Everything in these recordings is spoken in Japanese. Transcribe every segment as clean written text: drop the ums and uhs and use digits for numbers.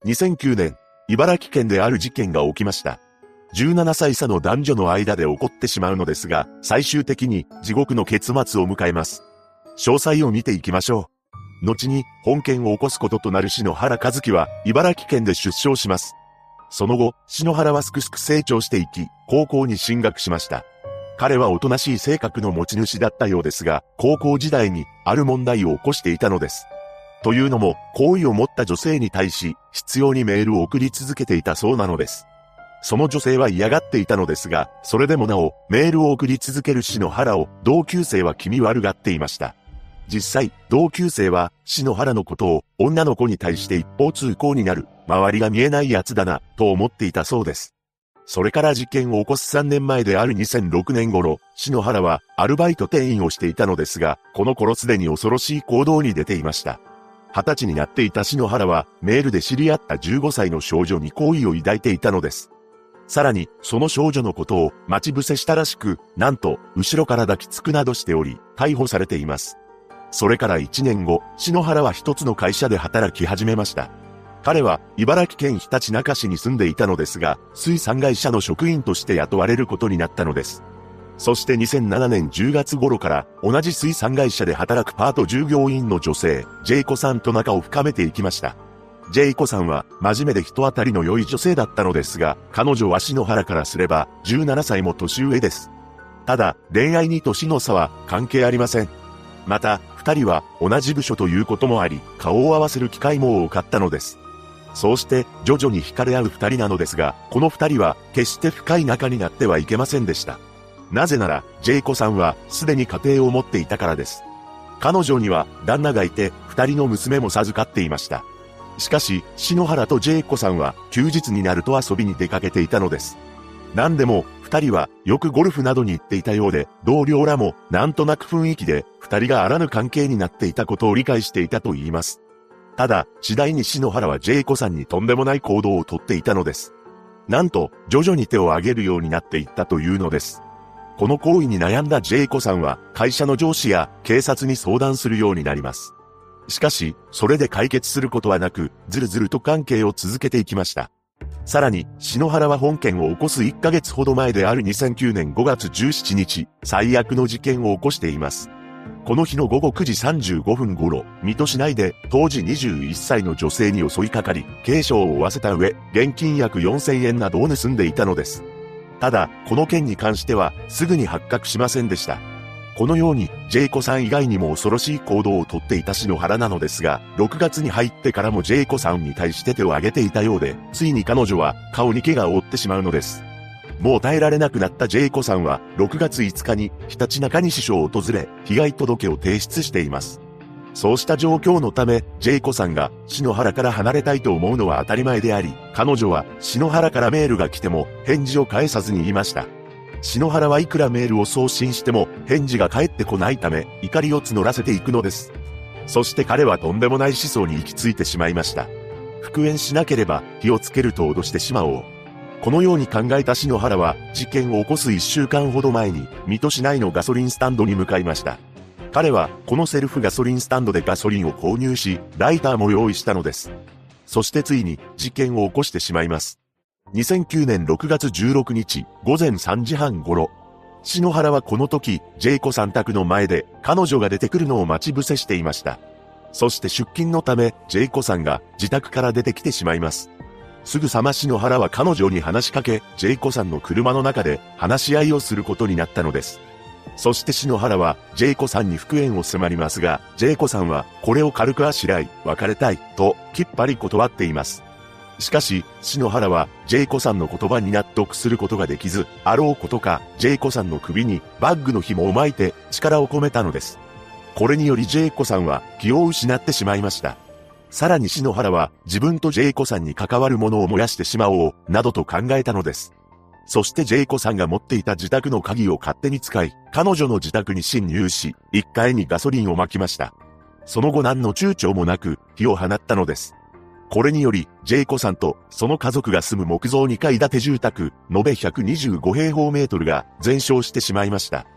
2009年、茨城県である事件が起きました。17歳差の男女の間で起こってしまうのですが、最終的に地獄の結末を迎えます。詳細を見ていきましょう。後に本件を起こすこととなる篠原和樹は茨城県で出生します。その後、篠原はすくすく成長していき、高校に進学しました。彼はおとなしい性格の持ち主だったようですが、高校時代にある問題を起こしていたのです。というのも、好意を持った女性に対し、執拗にメールを送り続けていたそうなのです。その女性は嫌がっていたのですが、それでもなお、メールを送り続ける篠原を、同級生は気味悪がっていました。実際、同級生は、篠原のことを、女の子に対して一方通行になる、周りが見えないやつだな、と思っていたそうです。それから事件を起こす3年前である2006年頃、篠原は、アルバイト店員をしていたのですが、この頃すでに恐ろしい行動に出ていました。20歳になっていた篠原は、メールで知り合った15歳の少女に好意を抱いていたのです。さらに、その少女のことを待ち伏せしたらしく、なんと、後ろから抱きつくなどしており、逮捕されています。それから1年後、篠原は一つの会社で働き始めました。彼は、茨城県ひたちなか市に住んでいたのですが、水産会社の職員として雇われることになったのです。そして2007年10月頃から、同じ水産会社で働くパート従業員の女性、ジェイコさんと仲を深めていきました。ジェイコさんは真面目で人当たりの良い女性だったのですが、彼女は篠原からすれば17歳も年上です。ただ、恋愛に年の差は関係ありません。また、二人は同じ部署ということもあり、顔を合わせる機会も多かったのです。そうして徐々に惹かれ合う二人なのですが、この二人は決して深い仲になってはいけませんでした。なぜなら、ジェイコさんはすでに家庭を持っていたからです。彼女には旦那がいて、二人の娘も授かっていました。しかし、篠原とジェイコさんは休日になると遊びに出かけていたのです。何でも、二人はよくゴルフなどに行っていたようで、同僚らもなんとなく雰囲気で二人があらぬ関係になっていたことを理解していたと言います。ただ、次第に篠原はジェイコさんにとんでもない行動をとっていたのです。なんと、徐々に手を挙げるようになっていったというのです。この行為に悩んだジェイコさんは、会社の上司や警察に相談するようになります。しかし、それで解決することはなく、ずるずると関係を続けていきました。さらに、篠原は本件を起こす1ヶ月ほど前である2009年5月17日、最悪の事件を起こしています。この日の午後9時35分頃、水戸市内で当時21歳の女性に襲いかかり、軽傷を負わせた上、現金約4000円などを盗んでいたのです。ただ、この件に関しては、すぐに発覚しませんでした。このように、ジェイコさん以外にも恐ろしい行動をとっていた篠原なのですが、6月に入ってからもジェイコさんに対して手を挙げていたようで、ついに彼女は顔に怪我を負ってしまうのです。もう耐えられなくなったジェイコさんは、6月5日にひたちなか西署を訪れ、被害届を提出しています。そうした状況のため、ジェイコさんが篠原から離れたいと思うのは当たり前であり、彼女は篠原からメールが来ても返事を返さずにいました。篠原はいくらメールを送信しても返事が返ってこないため、怒りを募らせていくのです。そして彼はとんでもない思想に行き着いてしまいました。復縁しなければ火をつけると脅してしまおう。このように考えた篠原は事件を起こす1週間ほど前に水戸市内のガソリンスタンドに向かいました。彼はこのセルフガソリンスタンドでガソリンを購入し、ライターも用意したのです。そしてついに事件を起こしてしまいます。2009年6月16日午前3時半頃、篠原はこの時、ジェイコさん宅の前で彼女が出てくるのを待ち伏せしていました。そして出勤のため、ジェイコさんが自宅から出てきてしまいます。すぐさま篠原は彼女に話しかけ、ジェイコさんの車の中で話し合いをすることになったのです。そして篠原はジェイコさんに復縁を迫りますが、ジェイコさんはこれを軽くあしらい、別れたい、ときっぱり断っています。しかし、篠原はジェイコさんの言葉に納得することができず、あろうことか、ジェイコさんの首にバッグの紐を巻いて力を込めたのです。これによりジェイコさんは気を失ってしまいました。さらに篠原は自分とジェイコさんに関わるものを燃やしてしまおう、などと考えたのです。そしてジェイコさんが持っていた自宅の鍵を勝手に使い、彼女の自宅に侵入し、1階にガソリンを撒きました。その後何の躊躇もなく火を放ったのです。これにより、ジェイコさんとその家族が住む木造2階建て住宅、延べ125平方メートルが全焼してしまいました。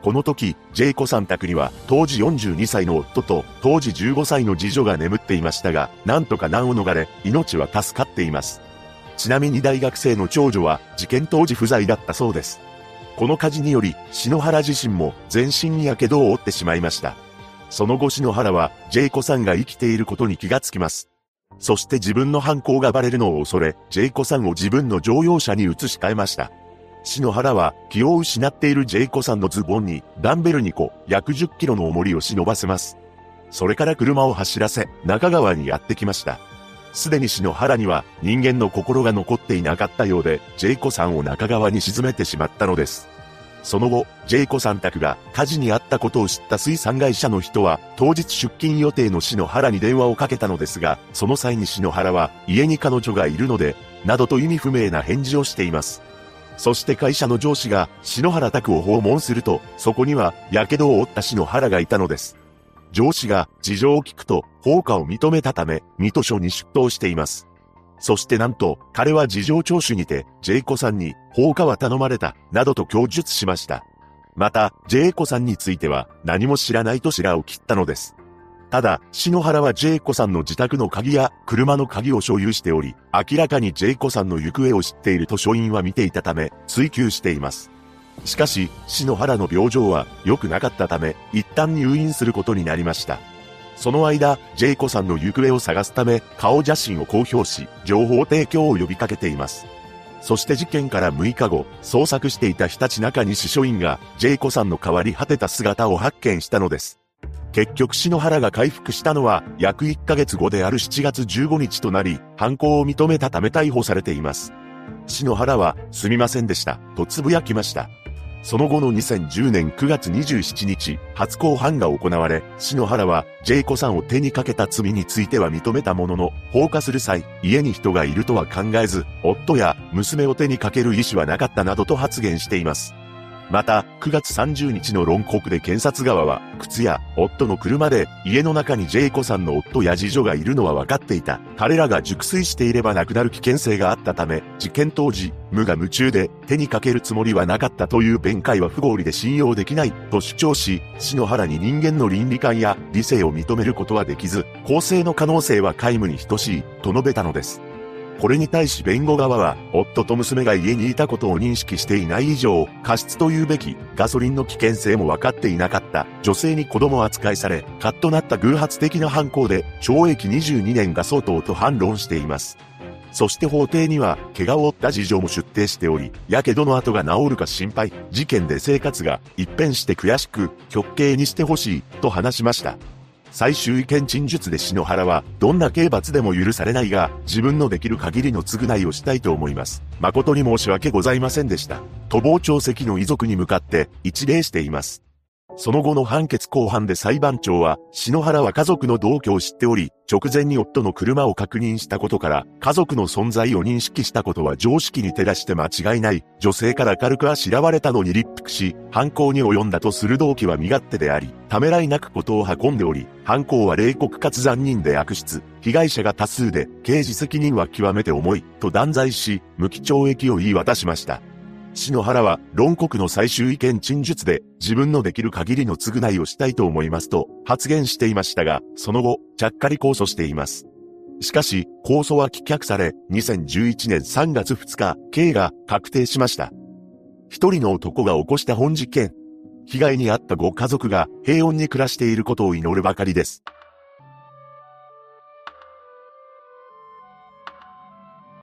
この時、ジェイコさん宅には当時42歳の夫と当時15歳の次女が眠っていましたが、なんとか難を逃れ、命は助かっています。ちなみに大学生の長女は事件当時不在だったそうです。この火事により、篠原自身も全身に火傷を負ってしまいました。その後篠原は、ジェイコさんが生きていることに気がつきます。そして自分の犯行がバレるのを恐れ、ジェイコさんを自分の乗用車に移し替えました。篠原は気を失っているジェイコさんのズボンにダンベル2個約10キロの重りを忍ばせます。それから車を走らせ中川にやってきました。すでに篠原には人間の心が残っていなかったようで、ジェイコさんを中川に沈めてしまったのです。その後、ジェイコさん宅が火事にあったことを知った水産会社の人は当日出勤予定の篠原に電話をかけたのですが、その際に篠原は家に彼女がいるので、などと意味不明な返事をしています。そして会社の上司が篠原宅を訪問すると、そこには火傷を負った篠原がいたのです。上司が事情を聞くと放火を認めたため、水戸署に出頭しています。そしてなんと、彼は事情聴取にて、ジェイコさんに放火は頼まれた、などと供述しました。また、ジェイコさんについては何も知らないと白を切ったのです。ただ、篠原はジェイコさんの自宅の鍵や車の鍵を所有しており、明らかにジェイコさんの行方を知っていると署員は見ていたため、追及しています。しかし、篠原の病状は良くなかったため、一旦入院することになりました。その間、ジェイコさんの行方を探すため、顔写真を公表し、情報提供を呼びかけています。そして事件から6日後、捜索していた日立中西署員が、ジェイコさんの変わり果てた姿を発見したのです。結局篠原が回復したのは約1ヶ月後である7月15日となり、犯行を認めたため逮捕されています。篠原は、すみませんでした、とつぶやきました。その後の2010年9月27日、初公判が行われ、篠原は、ジェイコさんを手にかけた罪については認めたものの、放火する際、家に人がいるとは考えず、夫や娘を手にかける意思はなかったなどと発言しています。また、9月30日の論告で検察側は、靴や夫の車で家の中にジェイコさんの夫や次女がいるのは分かっていた。彼らが熟睡していれば亡くなる危険性があったため、事件当時、無我夢中で手にかけるつもりはなかったという弁解は不合理で信用できないと主張し、篠原に人間の倫理観や理性を認めることはできず、更生の可能性は皆無に等しいと述べたのです。これに対し弁護側は、夫と娘が家にいたことを認識していない以上、過失というべき、ガソリンの危険性も分かっていなかった、女性に子供扱いされ、カッとなった偶発的な犯行で、懲役22年が相当と反論しています。そして法廷には、怪我を負った次女も出廷しており、やけどの跡が治るか心配、事件で生活が一変して悔しく、極刑にしてほしい、と話しました。最終意見陳述で篠原は、どんな刑罰でも許されないが、自分のできる限りの償いをしたいと思います。誠に申し訳ございませんでした。と傍聴席の遺族に向かって一礼しています。その後の判決公判で裁判長は、篠原は家族の同居を知っており、直前に夫の車を確認したことから、家族の存在を認識したことは常識に照らして間違いない。女性から軽くあしらわれたのに立腹し、犯行に及んだとする動機は身勝手であり、ためらいなくことを運んでおり、犯行は冷酷かつ残忍で悪質、被害者が多数で、刑事責任は極めて重い、と断罪し、無期懲役を言い渡しました。篠原は論告の最終意見陳述で自分のできる限りの償いをしたいと思いますと発言していましたが、その後、ちゃっかり控訴しています。しかし、控訴は棄却され、2011年3月2日、刑が確定しました。一人の男が起こした本事件。被害に遭ったご家族が平穏に暮らしていることを祈るばかりです。